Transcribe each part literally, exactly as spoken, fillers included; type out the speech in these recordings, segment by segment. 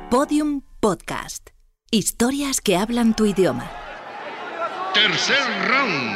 Podium Podcast. Historias que hablan tu idioma. Tercer round.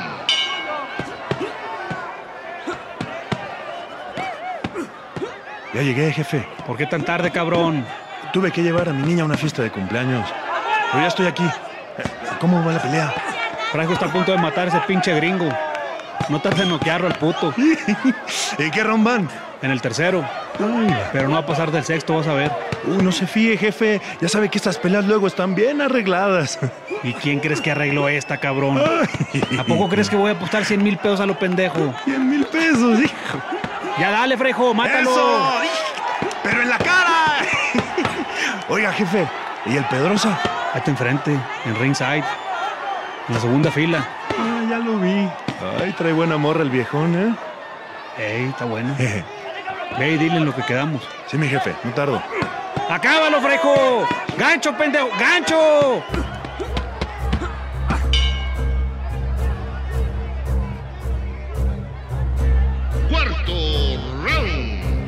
Ya llegué, jefe. ¿Por qué tan tarde, cabrón? Tuve que llevar a mi niña a una fiesta de cumpleaños. Pero ya estoy aquí. ¿Cómo va la pelea? Franco está a punto de matar a ese pinche gringo. No te hace noquearlo al puto. ¿En qué round van? En el tercero. Ay. Pero no va a pasar del sexto, vas a ver. Uy, no se fíe, jefe. Ya sabe que estas peleas luego están bien arregladas. ¿Y quién crees que arregló esta, cabrón? Ay. ¿A poco crees que voy a apostar cien mil pesos a lo pendejo? Cien mil pesos, hijo. Ya dale, Frejo, mátalo. ¡Eso! ¡Pero en la cara! Oiga, jefe, ¿y el Pedrosa? Ahí está enfrente, en ringside. En la segunda fila. Ah, ya lo vi. Ay, trae buena morra el viejón, ¿eh? Ey, está bueno. Jeje. Ve y dile en lo que quedamos. Sí, mi jefe, no tardo. ¡Acábalo, Frejo! ¡Gancho, pendejo! ¡Gancho! Cuarto round.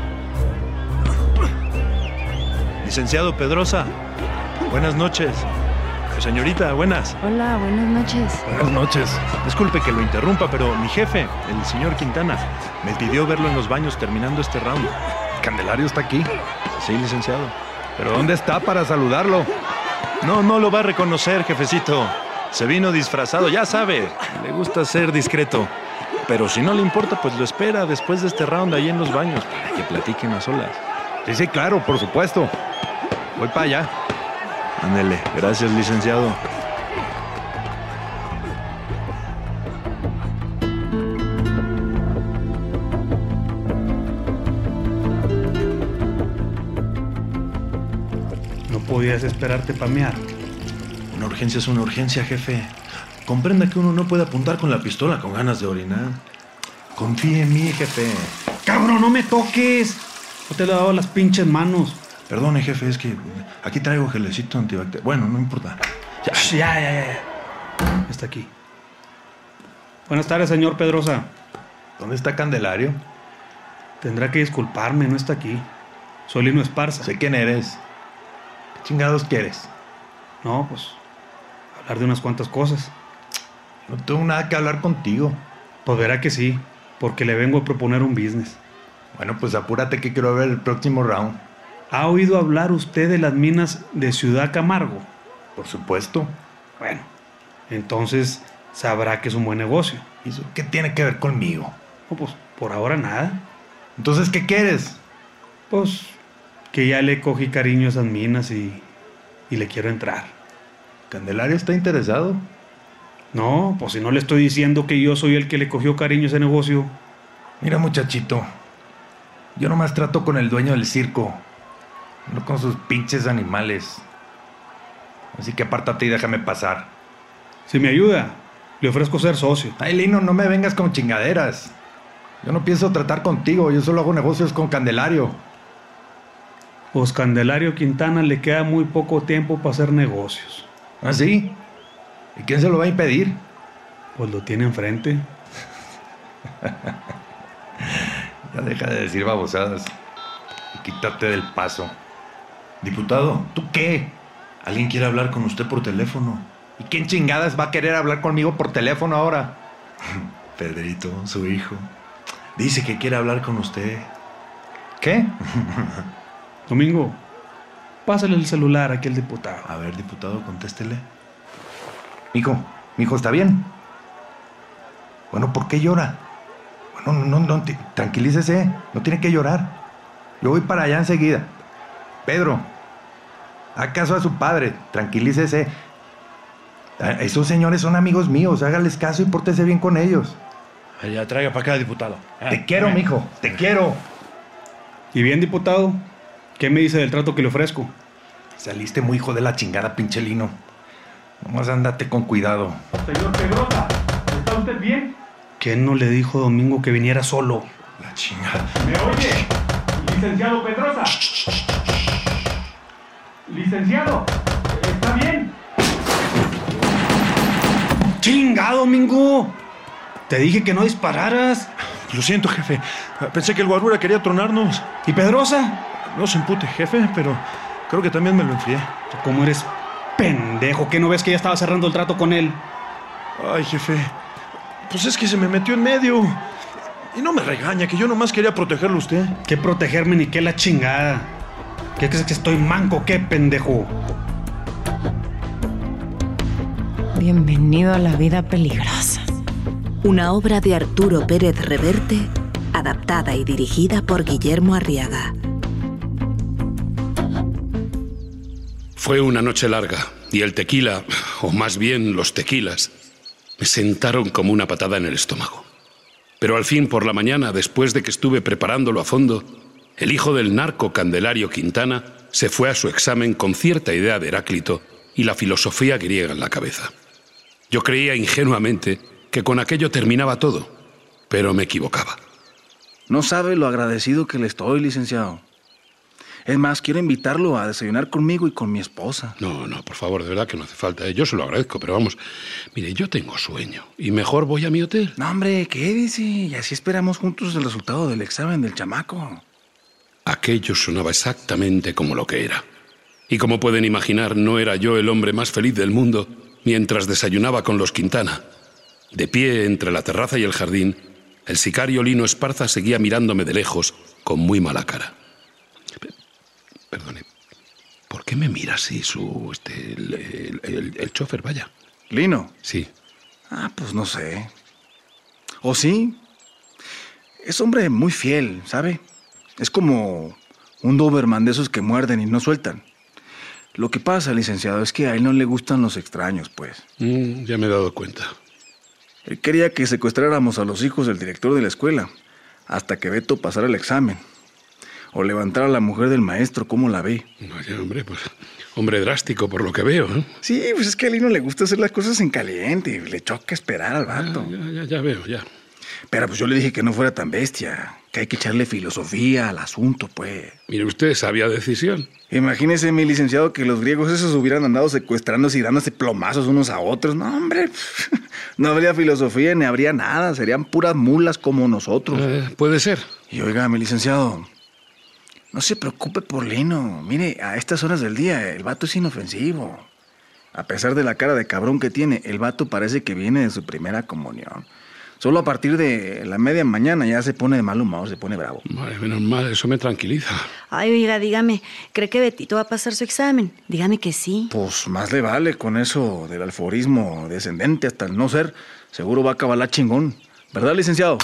Licenciado Pedrosa, buenas noches. Señorita, buenas. Hola, buenas noches. Buenas noches. Disculpe que lo interrumpa, pero mi jefe, el señor Quintana, me pidió verlo en los baños terminando este round. ¿Candelario está aquí? Sí, licenciado. ¿Pero dónde está para saludarlo? No, no lo va a reconocer, jefecito. Se vino disfrazado, ya sabe. Le gusta ser discreto. Pero si no le importa, pues lo espera después de este round ahí en los baños para que platiquen a solas. Sí, sí, claro, por supuesto. Voy para allá. Ándele, gracias, licenciado. No podías esperarte pa' mear. Una urgencia es una urgencia, jefe. Comprenda que uno no puede apuntar con la pistola con ganas de orinar. Confíe en mí, jefe. ¡Cabrón, no me toques! No te lo he dado las pinches manos. Perdone, jefe, es que aquí traigo gelecito antibacterial. Bueno, no importa. Ya, ya, ya, ya. Está aquí. Buenas tardes, señor Pedrosa. ¿Dónde está Candelario? Tendrá que disculparme, no está aquí. Soy Lino Esparza. Sé quién eres. ¿Qué chingados quieres? No, pues, hablar de unas cuantas cosas. No tengo nada que hablar contigo. Pues verá que sí, porque le vengo a proponer un business. Bueno, pues apúrate que quiero ver el próximo round. ¿Ha oído hablar usted de las minas de Ciudad Camargo? Por supuesto. Bueno, entonces sabrá que es un buen negocio. ¿Y eso qué tiene que ver conmigo? No, pues, por ahora nada. Entonces, ¿qué quieres? Pues, que ya le cogí cariño a esas minas y, y le quiero entrar. ¿Candelario está interesado? No, pues si no le estoy diciendo que yo soy el que le cogió cariño a ese negocio. Mira, muchachito, yo nomás trato con el dueño del circo, no con sus pinches animales. Así que apártate y déjame pasar. Si me ayuda, le ofrezco ser socio. Ay, Lino, no me vengas con chingaderas. Yo no pienso tratar contigo, yo solo hago negocios con Candelario. Pues Candelario Quintana le queda muy poco tiempo para hacer negocios. ¿Ah, sí? ¿Y quién se lo va a impedir? Pues lo tiene enfrente. Ya deja de decir babosadas y quítate del paso. Diputado, ¿Tú qué? alguien quiere hablar con usted por teléfono. ¿Y quién chingadas va a querer hablar conmigo por teléfono ahora? Pedrito, su hijo. Dice que quiere hablar con usted. ¿Qué? Domingo, pásale el celular aquí al diputado. A ver, diputado, contéstele. Mijo, mijo, ¿está bien? Bueno, ¿por qué llora? Bueno, no, no, no, tranquilícese, no tiene que llorar. Yo voy para allá enseguida. Pedro, haga caso a su padre, tranquilícese. Esos señores son amigos míos, hágales caso y pórtese bien con ellos. Ya traiga para acá, diputado. Te quiero, mijo, te quiero. Y bien, diputado, ¿qué me dice del trato que le ofrezco? Saliste muy hijo de la chingada, pinche Lino. Nomás ándate con cuidado. Señor Pedrosa, ¿está usted bien? ¿Quién no le dijo Domingo que viniera solo? La chingada. ¿Me oye? Licenciado Pedrosa. Licenciado, ¿está bien? ¡Chinga, Domingo! Te dije que no dispararas. Lo siento, jefe. Pensé que el guarura quería tronarnos. ¿Y Pedrosa? No se impute, jefe, pero Creo que también me lo enfrié. ¿Cómo eres pendejo? ¿Qué no ves que ya estaba cerrando el trato con él? Ay, jefe. Pues es que se me metió en medio. Y no me regaña, que yo nomás quería protegerlo a usted. ¿Qué protegerme ni qué la chingada? ¿Qué crees que estoy manco? ¿Qué, pendejo? Bienvenido a la vida peligrosa. Una obra de Arturo Pérez Reverte, adaptada y dirigida por Guillermo Arriaga. Fue una noche larga y el tequila, o más bien los tequilas, me sentaron como una patada en el estómago. Pero al fin, por la mañana, después de que estuve preparándolo a fondo, el hijo del narco Candelario Quintana se fue a su examen con cierta idea de Heráclito y la filosofía griega en la cabeza. Yo creía ingenuamente que con aquello terminaba todo, pero me equivocaba. No sabe lo agradecido que le estoy, licenciado. Es más, quiero invitarlo a desayunar conmigo y con mi esposa. No, no, por favor, de verdad que no hace falta. Yo se lo agradezco, pero vamos, mire, yo tengo sueño y mejor voy a mi hotel. No, hombre, quédese y así esperamos juntos el resultado del examen del chamaco. Aquello sonaba exactamente como lo que era. Y como pueden imaginar, no era yo el hombre más feliz del mundo mientras desayunaba con los Quintana. De pie entre la terraza y el jardín, el sicario Lino Esparza seguía mirándome de lejos con muy mala cara. Perdone, ¿por qué me mira así su... este... el, el, el, el chofer, vaya? ¿Lino? Sí. Ah, pues no sé. ¿O sí? Es hombre muy fiel, ¿sabe? Es como un Doberman de esos que muerden y no sueltan. Lo que pasa, licenciado, es que a él no le gustan los extraños, pues. Mm, ya me he dado cuenta. Él quería que secuestráramos a los hijos del director de la escuela hasta que Beto pasara el examen. O levantar a la mujer del maestro, ¿cómo la ve? Vaya, hombre, pues, hombre drástico por lo que veo, ¿eh? Sí, pues es que a Lino le gusta hacer las cosas en caliente y le choca esperar al vato. Ah, ya, ya, ya veo, ya. Pero pues yo le dije que no fuera tan bestia, que hay que echarle filosofía al asunto, pues. Mire usted, sabia decisión. Imagínese, mi licenciado, que los griegos esos hubieran andado secuestrándose y dándose plomazos unos a otros. No, hombre, no habría filosofía ni habría nada, serían puras mulas como nosotros. Eh, puede ser. Y oiga, mi licenciado, no se preocupe por Lino. Mire, a estas horas del día el vato es inofensivo. A pesar de la cara de cabrón que tiene, el vato parece que viene de su primera comunión. Solo a partir de la media mañana ya se pone de mal humor, se pone bravo. Vale, menos mal, eso me tranquiliza. Ay, oiga, dígame, ¿cree que Betito va a pasar su examen? Dígame que sí. Pues más le vale con eso del alforismo descendente hasta el no ser. Seguro va a acabar chingón. ¿Verdad, licenciado?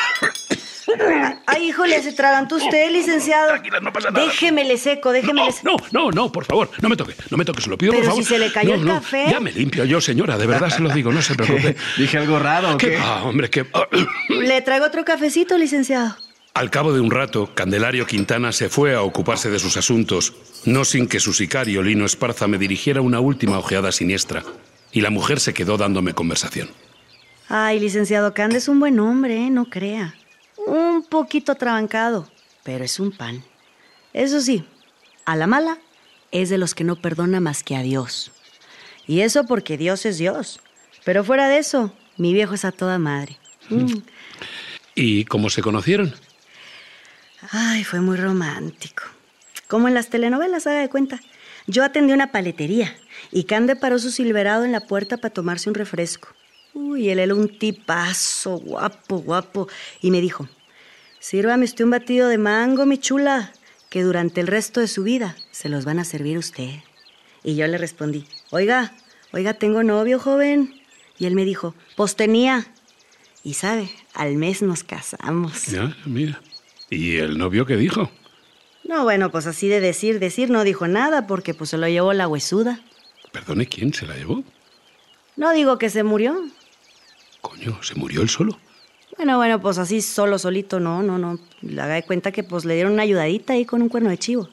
Ay, híjole, se tragantó usted, licenciado. Tranquila, no pasa nada. Déjemele seco, déjemele no, seco. no, no, no, por favor, no me toque, no me toque, se lo pido, Pero por favor. si se le cayó no, el no, café. Ya me limpio yo, señora, de verdad se lo digo, no se preocupe. ¿Dije algo raro o qué? ¿Qué? Ah, hombre, qué... ¿Le traigo otro cafecito, licenciado? Al cabo de un rato, Candelario Quintana se fue a ocuparse de sus asuntos, no sin que su sicario, Lino Esparza, me dirigiera una última ojeada siniestra, y la mujer se quedó dándome conversación. Ay, licenciado Cande es un buen hombre, ¿eh? No crea. Un poquito atrabancado, pero es un pan. Eso sí, a la mala es de los que no perdona más que a Dios. Y eso porque Dios es Dios. Pero fuera de eso, mi viejo es a toda madre. Mm. ¿Y cómo se conocieron? Ay, fue muy romántico. Como en las telenovelas, haga de cuenta. Yo atendí una paletería y Cande paró su Silverado en la puerta para tomarse un refresco. Uy, él era un tipazo, guapo, guapo. Y me dijo, sírvame usted un batido de mango, mi chula, que durante el resto de su vida se los van a servir a usted. Y yo le respondí, oiga, oiga, tengo novio, joven. Y él me dijo, pues tenía. Y sabe, al mes nos casamos. Ya, mira. ¿Y el novio qué dijo? No, bueno, pues así de decir, decir, no dijo nada porque pues se lo llevó la huesuda. Perdone, ¿quién se la llevó? No digo que se murió. Coño, ¿se murió él solo? Bueno, bueno, pues así solo, solito, no, no, no. Le haga de cuenta que pues le dieron una ayudadita ahí con un cuerno de chivo.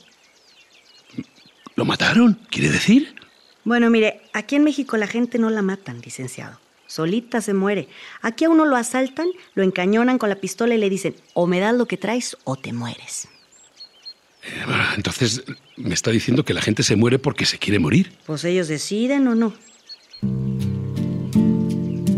¿Lo mataron? ¿Quiere decir? Bueno, mire, aquí en México la gente no la matan, licenciado. Solita se muere. Aquí a uno lo asaltan, lo encañonan con la pistola y le dicen, o me das lo que traes o te mueres. Eh, bueno, entonces, ¿me está diciendo que la gente se muere porque se quiere morir? Pues ellos deciden o no.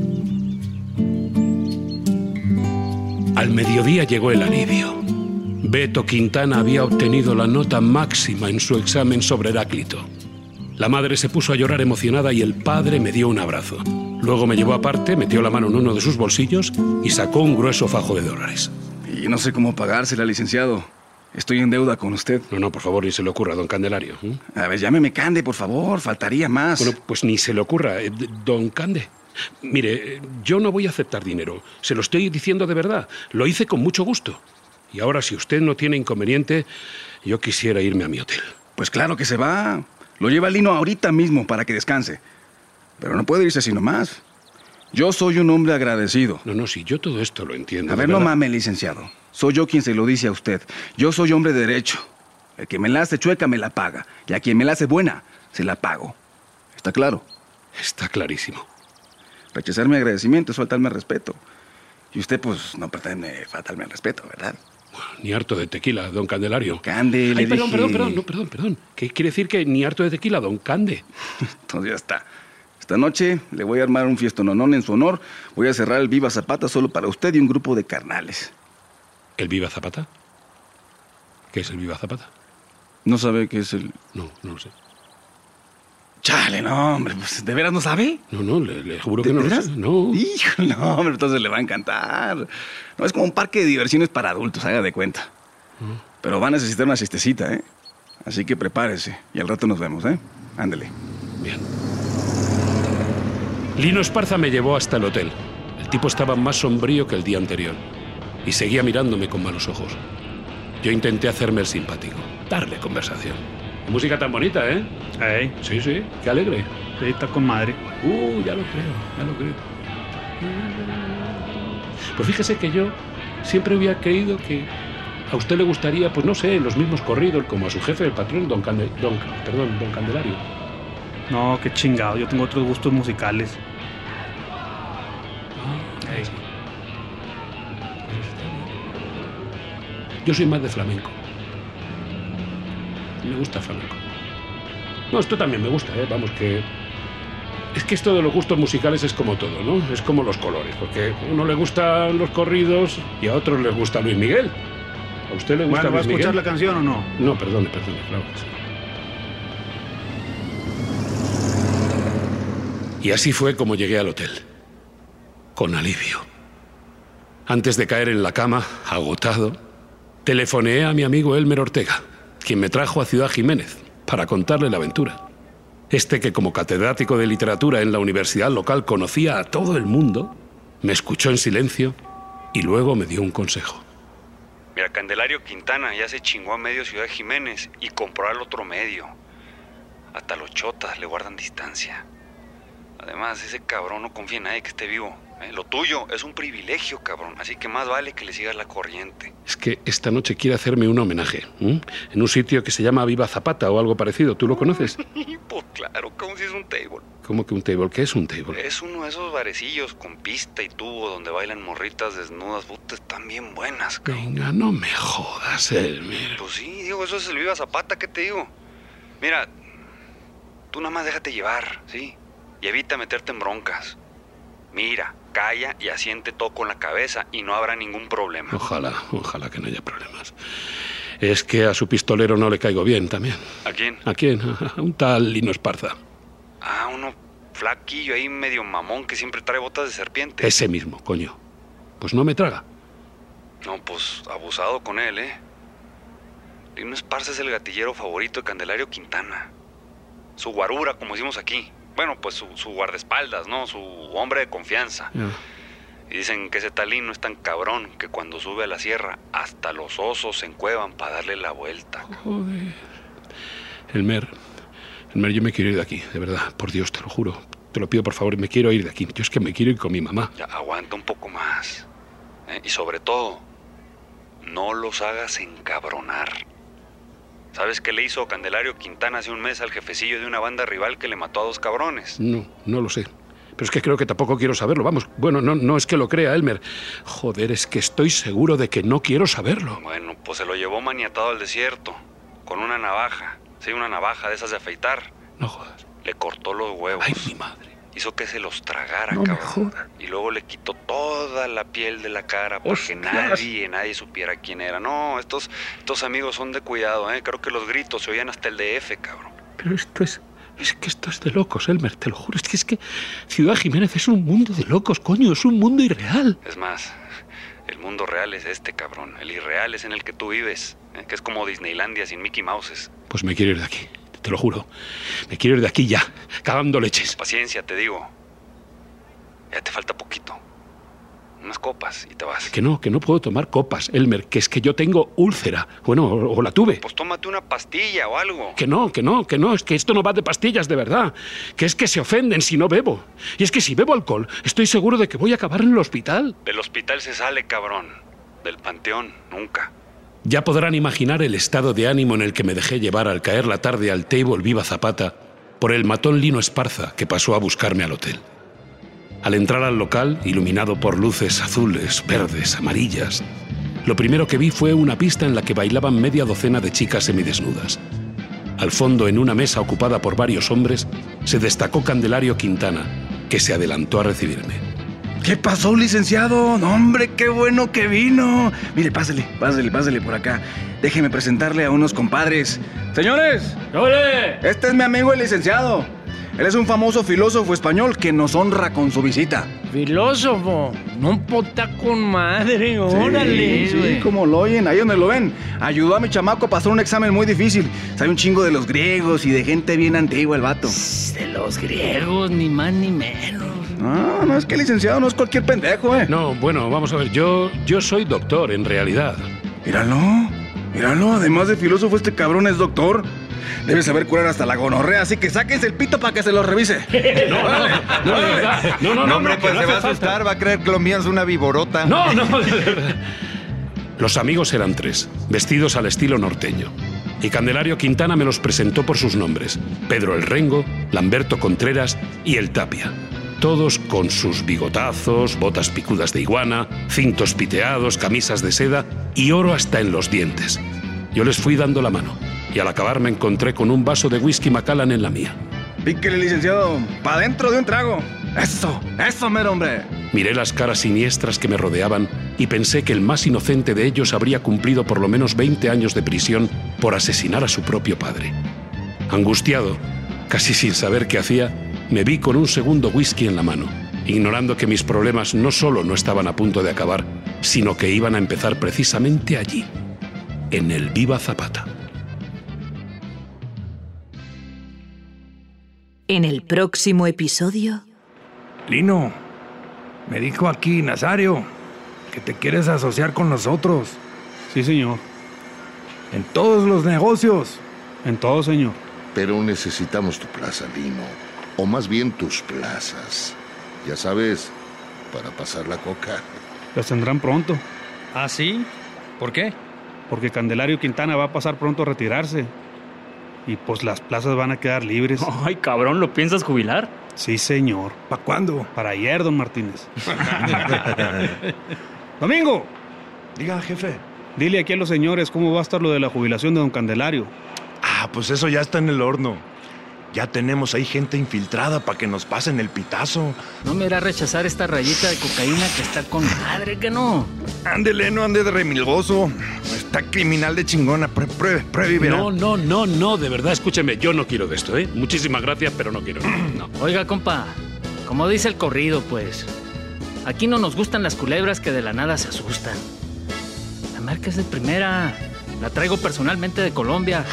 Al mediodía llegó el alivio. Beto Quintana había obtenido la nota máxima en su examen sobre Heráclito. La madre se puso a llorar emocionada y el padre me dio un abrazo. Luego me llevó aparte, metió la mano en uno de sus bolsillos y sacó un grueso fajo de dólares. Y no sé cómo pagársela, licenciado. Estoy en deuda con usted. No, no, por favor, ni se le ocurra, don Candelario. ¿eh? A ver, llámeme Cande, por favor. Faltaría más. Bueno, pues ni se le ocurra, eh, don Cande. Mire, eh, yo no voy a aceptar dinero. Se lo estoy diciendo de verdad. Lo hice con mucho gusto. Y ahora, si usted no tiene inconveniente, yo quisiera irme a mi hotel. Pues claro que se va. Lo lleva Lino ahorita mismo para que descanse. Pero no puede irse así nomás. Yo soy un hombre agradecido. No, no, si yo todo esto lo entiendo. A ver, no mame, licenciado. Soy yo quien se lo dice a usted. Yo soy hombre de derecho. El que me la hace chueca me la paga. Y a quien me la hace buena, se la pago. ¿Está claro? Está clarísimo. Rechazar mi agradecimiento es faltarme al respeto. Y usted, pues, no pretende faltarme al respeto, ¿verdad? Bueno, ni harto de tequila, don Candelario. Cande, le Ay, perdón, dije... perdón, perdón, no, perdón, perdón. ¿Qué quiere decir que ni harto de tequila, don Cande? Entonces ya está. Esta noche le voy a armar un fiestononón en su honor. Voy a cerrar el Viva Zapata solo para usted y un grupo de carnales. ¿El Viva Zapata? ¿Qué es el Viva Zapata? ¿No sabe qué es el...? No, no lo sé. Chale, no, hombre, pues, ¿de veras no sabe? No, no, le, le juro ¿De que no veras? lo sé. No. Hijo, no, hombre, entonces le va a encantar. No, es como un parque de diversiones para adultos, haga de cuenta. Uh-huh. Pero va a necesitar una siestecita, ¿eh? Así que prepárese y al rato nos vemos, ¿eh? Ándele. Bien. Lino Esparza me llevó hasta el hotel. El tipo estaba más sombrío que el día anterior y seguía mirándome con malos ojos. Yo intenté hacerme el simpático, darle conversación. Música tan bonita, ¿eh? Ey, Sí, sí, qué alegre. sí, está con madre. Uh, ya lo creo, ya lo creo. Pues fíjese que yo siempre había creído que a usted le gustaría, pues no sé, los mismos corridos como a su jefe, el patrón, don, Cande, don, perdón, don Candelario. No, qué chingado, yo tengo otros gustos musicales. Ey. Yo soy más de flamenco. Me gusta el flamenco. No, esto también me gusta, ¿eh? Vamos, que... Es que esto de los gustos musicales es como todo, ¿no? Es como los colores, porque a uno le gustan los corridos y a otros les gusta Luis Miguel. ¿A usted le gusta Bueno, ¿va a Luis escuchar Miguel? la canción o no? No, perdone, perdone, claro que sí. Y así fue como llegué al hotel. Con alivio. Antes de caer en la cama, agotado, telefoneé a mi amigo Elmer Ortega, quien me trajo a Ciudad Jiménez para contarle la aventura. Este, que como catedrático de literatura en la universidad local conocía a todo el mundo, me escuchó en silencio y luego me dio un consejo. Mira, Candelario Quintana ya se chingó a medio Ciudad Jiménez y compró al otro medio. Hasta los chotas le guardan distancia. Además, ese cabrón no confía en nadie que esté vivo. ¿eh? Lo tuyo es un privilegio, cabrón. Así que más vale que le sigas la corriente. Es que esta noche quiere hacerme un homenaje, ¿eh? En un sitio que se llama Viva Zapata o algo parecido. ¿Tú lo conoces? Pues claro, como si es un table. ¿Cómo que un table? ¿Qué es un table? Es uno de esos barecillos con pista y tubo donde bailan morritas desnudas. Puta, están bien buenas, cabrón. Venga, no me jodas, Elmer. Pues sí, digo, eso es el Viva Zapata, ¿qué te digo? Mira, tú nada más déjate llevar, ¿sí? Y evita meterte en broncas. Mira, calla y asiente todo con la cabeza y no habrá ningún problema. Ojalá, ojalá que no haya problemas. Es que a su pistolero no le caigo bien también. ¿A quién? ¿A quién? A un tal Lino Esparza. Ah, uno flaquillo ahí, medio mamón, que siempre trae botas de serpiente. Ese mismo, coño. Pues no me traga. No, pues abusado con él, ¿eh? Lino Esparza es el gatillero favorito de Candelario Quintana. Su guarura, como decimos aquí. Bueno, pues su, su guardaespaldas, ¿no? Su hombre de confianza. Ya. Y dicen que ese tal Lino es tan cabrón que cuando sube a la sierra, hasta los osos se encuevan para darle la vuelta. Joder. Elmer, Elmer, yo me quiero ir de aquí, de verdad. Por Dios, te lo juro. Te lo pido, por favor, me quiero ir de aquí. Yo es que me quiero ir con mi mamá. Ya, aguanta un poco más. ¿eh? Y sobre todo, no los hagas encabronar. ¿Sabes qué le hizo Candelario Quintana hace un mes al jefecillo de una banda rival que le mató a dos cabrones? No, no lo sé. Pero es que creo que tampoco quiero saberlo. Vamos, bueno, no, no es que lo crea, Elmer. Joder, es que estoy seguro de que no quiero saberlo. Bueno, pues se lo llevó maniatado al desierto, con una navaja. Sí, una navaja de esas de afeitar. No jodas. Le cortó los huevos. Ay, mi madre. hizo que se los tragara, no cabrón. Me jodas. Y luego le quitó toda la piel de la cara porque Hostias. nadie, nadie supiera quién era. No, estos, estos amigos son de cuidado, ¿eh? Creo que los gritos se oían hasta el D F, cabrón. Pero esto es... Es que esto es de locos, Elmer, te lo juro. Es que, es que Ciudad Jiménez es un mundo de locos, coño. Es un mundo irreal. Es más, el mundo real es este, cabrón. El irreal es en el que tú vives, ¿eh? Que es como Disneylandia sin Mickey Mouses. Pues me quiero ir de aquí, te lo juro. Me quiero ir de aquí ya, cagando leches. Paciencia, te digo. Ya te falta poquito. Unas copas y te vas. Que no, que no puedo tomar copas, Elmer, que es que yo tengo úlcera. Bueno, o, o la tuve. Pues tómate una pastilla o algo. Que no, que no, que no, es que esto no va de pastillas de verdad. Que es que se ofenden si no bebo. Y es que si bebo alcohol, estoy seguro de que voy a acabar en el hospital. Del hospital se sale, cabrón. Del panteón, nunca. Ya podrán imaginar el estado de ánimo en el que me dejé llevar al caer la tarde al Table Viva Zapata por el matón Lino Esparza que pasó a buscarme al hotel. Al entrar al local, iluminado por luces azules, verdes, amarillas, lo primero que vi fue una pista en la que bailaban media docena de chicas semidesnudas. Al fondo, en una mesa ocupada por varios hombres, se destacó Candelario Quintana, que se adelantó a recibirme. ¿Qué pasó, licenciado? No, hombre, qué bueno que vino. Mire, pásele, pásele, pásele por acá. Déjeme presentarle a unos compadres. Señores, ¡Ole! Este es mi amigo el licenciado. Él es un famoso filósofo español que nos honra con su visita. Filósofo, no pota con madre, órale. Sí, sí, como lo oyen, ahí donde lo ven. Ayudó a mi chamaco a pasar un examen muy difícil. Sabe un chingo de los griegos y de gente bien antigua el vato. De los griegos, ni más ni menos. No, no es que el licenciado no es cualquier pendejo, eh. No, bueno, vamos a ver, yo, yo soy doctor, en realidad. Míralo, míralo, además de filósofo, este cabrón es doctor. Debe saber curar hasta la gonorrea, así que sáquense el pito para que se lo revise. No, no, no, de verdad. No, no, no, hombre, no, pues no se hace va a asustar, falta. va a creer que lo mío es una viborota. No, no, de verdad. Los amigos eran tres, vestidos al estilo norteño. Y Candelario Quintana me los presentó por sus nombres: Pedro el Rengo, Lamberto Contreras y el Tapia. Todos con sus bigotazos, botas picudas de iguana, cintos piteados, camisas de seda y oro hasta en los dientes. Yo les fui dando la mano y al acabar me encontré con un vaso de whisky Macallan en la mía. Píquele, licenciado, pa' dentro de un trago. Eso, eso, mero hombre. Miré las caras siniestras que me rodeaban y pensé que el más inocente de ellos habría cumplido por lo menos veinte años de prisión por asesinar a su propio padre. Angustiado, casi sin saber qué hacía, me vi con un segundo whisky en la mano, ignorando que mis problemas no solo no estaban a punto de acabar, sino que iban a empezar precisamente allí, en el Viva Zapata. En el próximo episodio... Lino, me dijo aquí Nazario que te quieres asociar con nosotros. Sí, señor. En todos los negocios. En todo, señor. Pero necesitamos tu plaza, Lino. O más bien tus plazas. Ya sabes, para pasar la coca. Las tendrán pronto. ¿Ah, sí? ¿Por qué? Porque Candelario Quintana va a pasar pronto a retirarse. Y pues las plazas van a quedar libres. Ay, cabrón, ¿lo piensas jubilar? Sí, señor. ¿Para cuándo? Para ayer, don Martínez. Domingo, Diga, jefe. dile aquí a los señores cómo va a estar lo de la jubilación de don Candelario. Ah, pues eso ya está en el horno. Ya tenemos ahí gente infiltrada para que nos pasen el pitazo. No me irá a rechazar esta rayita de cocaína que está con madre, que no. Ándele, no ande de remilgoso. Está criminal de chingona. Pruebe, pruebe, pruebe y verá. No, no, no, no, de verdad, escúcheme, yo no quiero de esto, ¿eh? Muchísimas gracias, pero no quiero. No. Oiga, compa, como dice el corrido, pues, aquí no nos gustan las culebras que de la nada se asustan. La marca es de primera, la traigo personalmente de Colombia.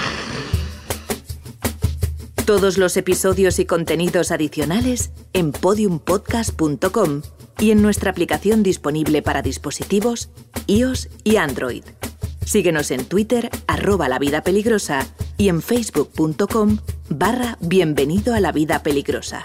Todos los episodios y contenidos adicionales en podium podcast punto com y en nuestra aplicación disponible para dispositivos iOS y Android. Síguenos en Twitter, arroba La Vida Peligrosa, y en facebook punto com barra Bienvenido a la Vida Peligrosa.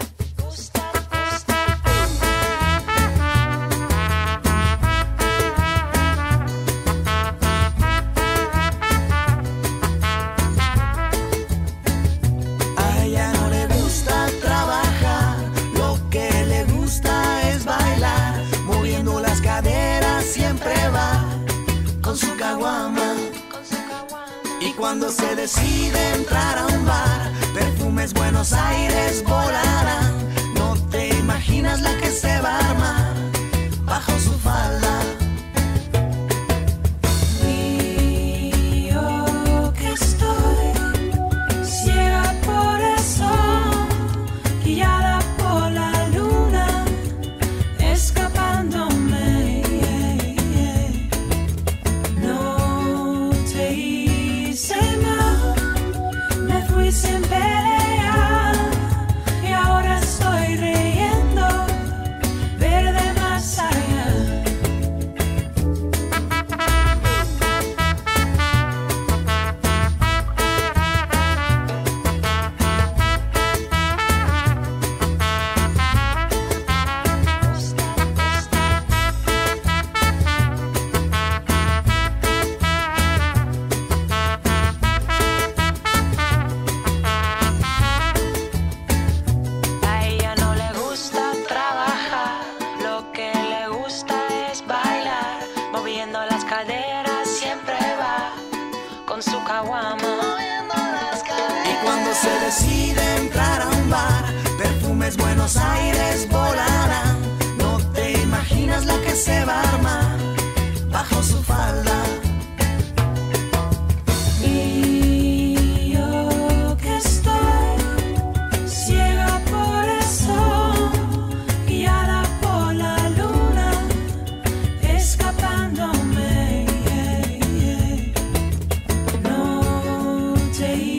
A ella no le gusta trabajar, lo que le gusta es bailar, moviendo las caderas siempre va con su caguama. Y cuando se decide entrar a un bar, perfumes Buenos Aires volarán. No te imaginas la que se va a armar bajo su falda. Y yo que estoy ciega por eso, guiada por la luna, escapándome. No te hice mal, me fui sin pelear y ahora estoy riendo, verde más allá. A ella no le gusta trabajar, lo que le gusta es bailar, moviendo las caderas siempre va con su caguama. Y cuando se decide entrar a un bar, perfumes Buenos Aires volarán. No te imaginas la que se va a armar bajo su falda. Y yo que estoy ciega por eso, guiada por la luna, escapándome. No te